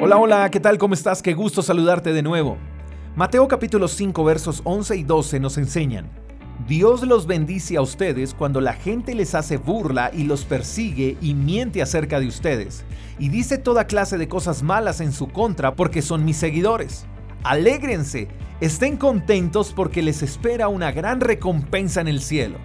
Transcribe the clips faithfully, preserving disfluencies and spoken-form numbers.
Hola, hola, ¿qué tal? ¿Cómo estás? Qué gusto saludarte de nuevo. Mateo capítulo cinco versos once y doce nos enseñan: Dios los bendice a ustedes cuando la gente les hace burla y los persigue y miente acerca de ustedes, y dice toda clase de cosas malas en su contra porque son mis seguidores. Alégrense, estén contentos porque les espera una gran recompensa en el cielo.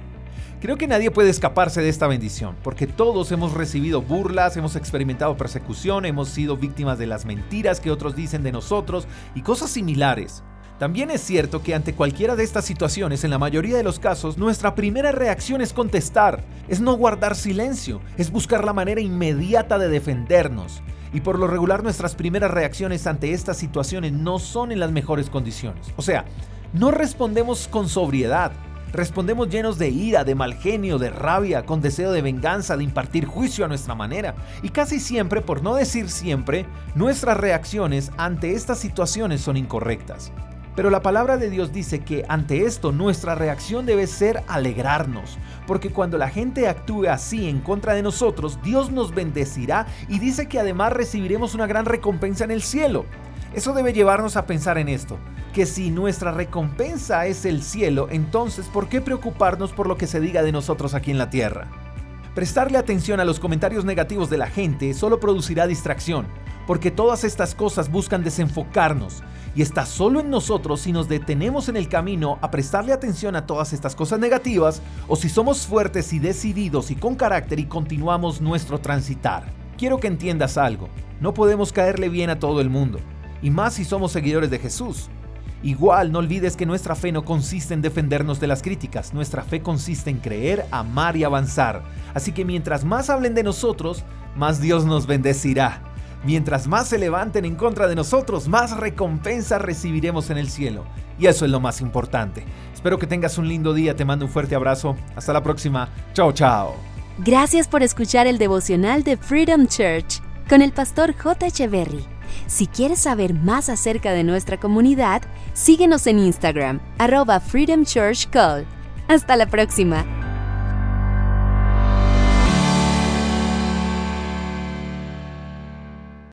Creo que nadie puede escaparse de esta bendición, porque todos hemos recibido burlas, hemos experimentado persecución, hemos sido víctimas de las mentiras que otros dicen de nosotros y cosas similares. También es cierto que ante cualquiera de estas situaciones, en la mayoría de los casos, nuestra primera reacción es contestar, es no guardar silencio, es buscar la manera inmediata de defendernos. Y por lo regular nuestras primeras reacciones ante estas situaciones no son en las mejores condiciones. O sea, no respondemos con sobriedad. Respondemos llenos de ira, de mal genio, de rabia, con deseo de venganza, de impartir juicio a nuestra manera. Y casi siempre, por no decir siempre, nuestras reacciones ante estas situaciones son incorrectas. Pero la palabra de Dios dice que ante esto nuestra reacción debe ser alegrarnos, porque cuando la gente actúe así en contra de nosotros, Dios nos bendecirá y dice que además recibiremos una gran recompensa en el cielo. Eso debe llevarnos a pensar en esto, que si nuestra recompensa es el cielo, entonces ¿por qué preocuparnos por lo que se diga de nosotros aquí en la tierra? Prestarle atención a los comentarios negativos de la gente solo producirá distracción, porque todas estas cosas buscan desenfocarnos, y está solo en nosotros si nos detenemos en el camino a prestarle atención a todas estas cosas negativas, o si somos fuertes y decididos y con carácter y continuamos nuestro transitar. Quiero que entiendas algo, no podemos caerle bien a todo el mundo, y más si somos seguidores de Jesús. Igual no olvides que nuestra fe no consiste en defendernos de las críticas, nuestra fe consiste en creer, amar y avanzar. Así que mientras más hablen de nosotros, más Dios nos bendecirá. Mientras más se levanten en contra de nosotros, más recompensa recibiremos en el cielo. Y eso es lo más importante. Espero que tengas un lindo día, te mando un fuerte abrazo. Hasta la próxima. Chao, chao. Gracias por escuchar el devocional de Freedom Church con el pastor J. Echeverry. Si quieres saber más acerca de nuestra comunidad, síguenos en Instagram, arroba Freedom Church Call. Hasta la próxima.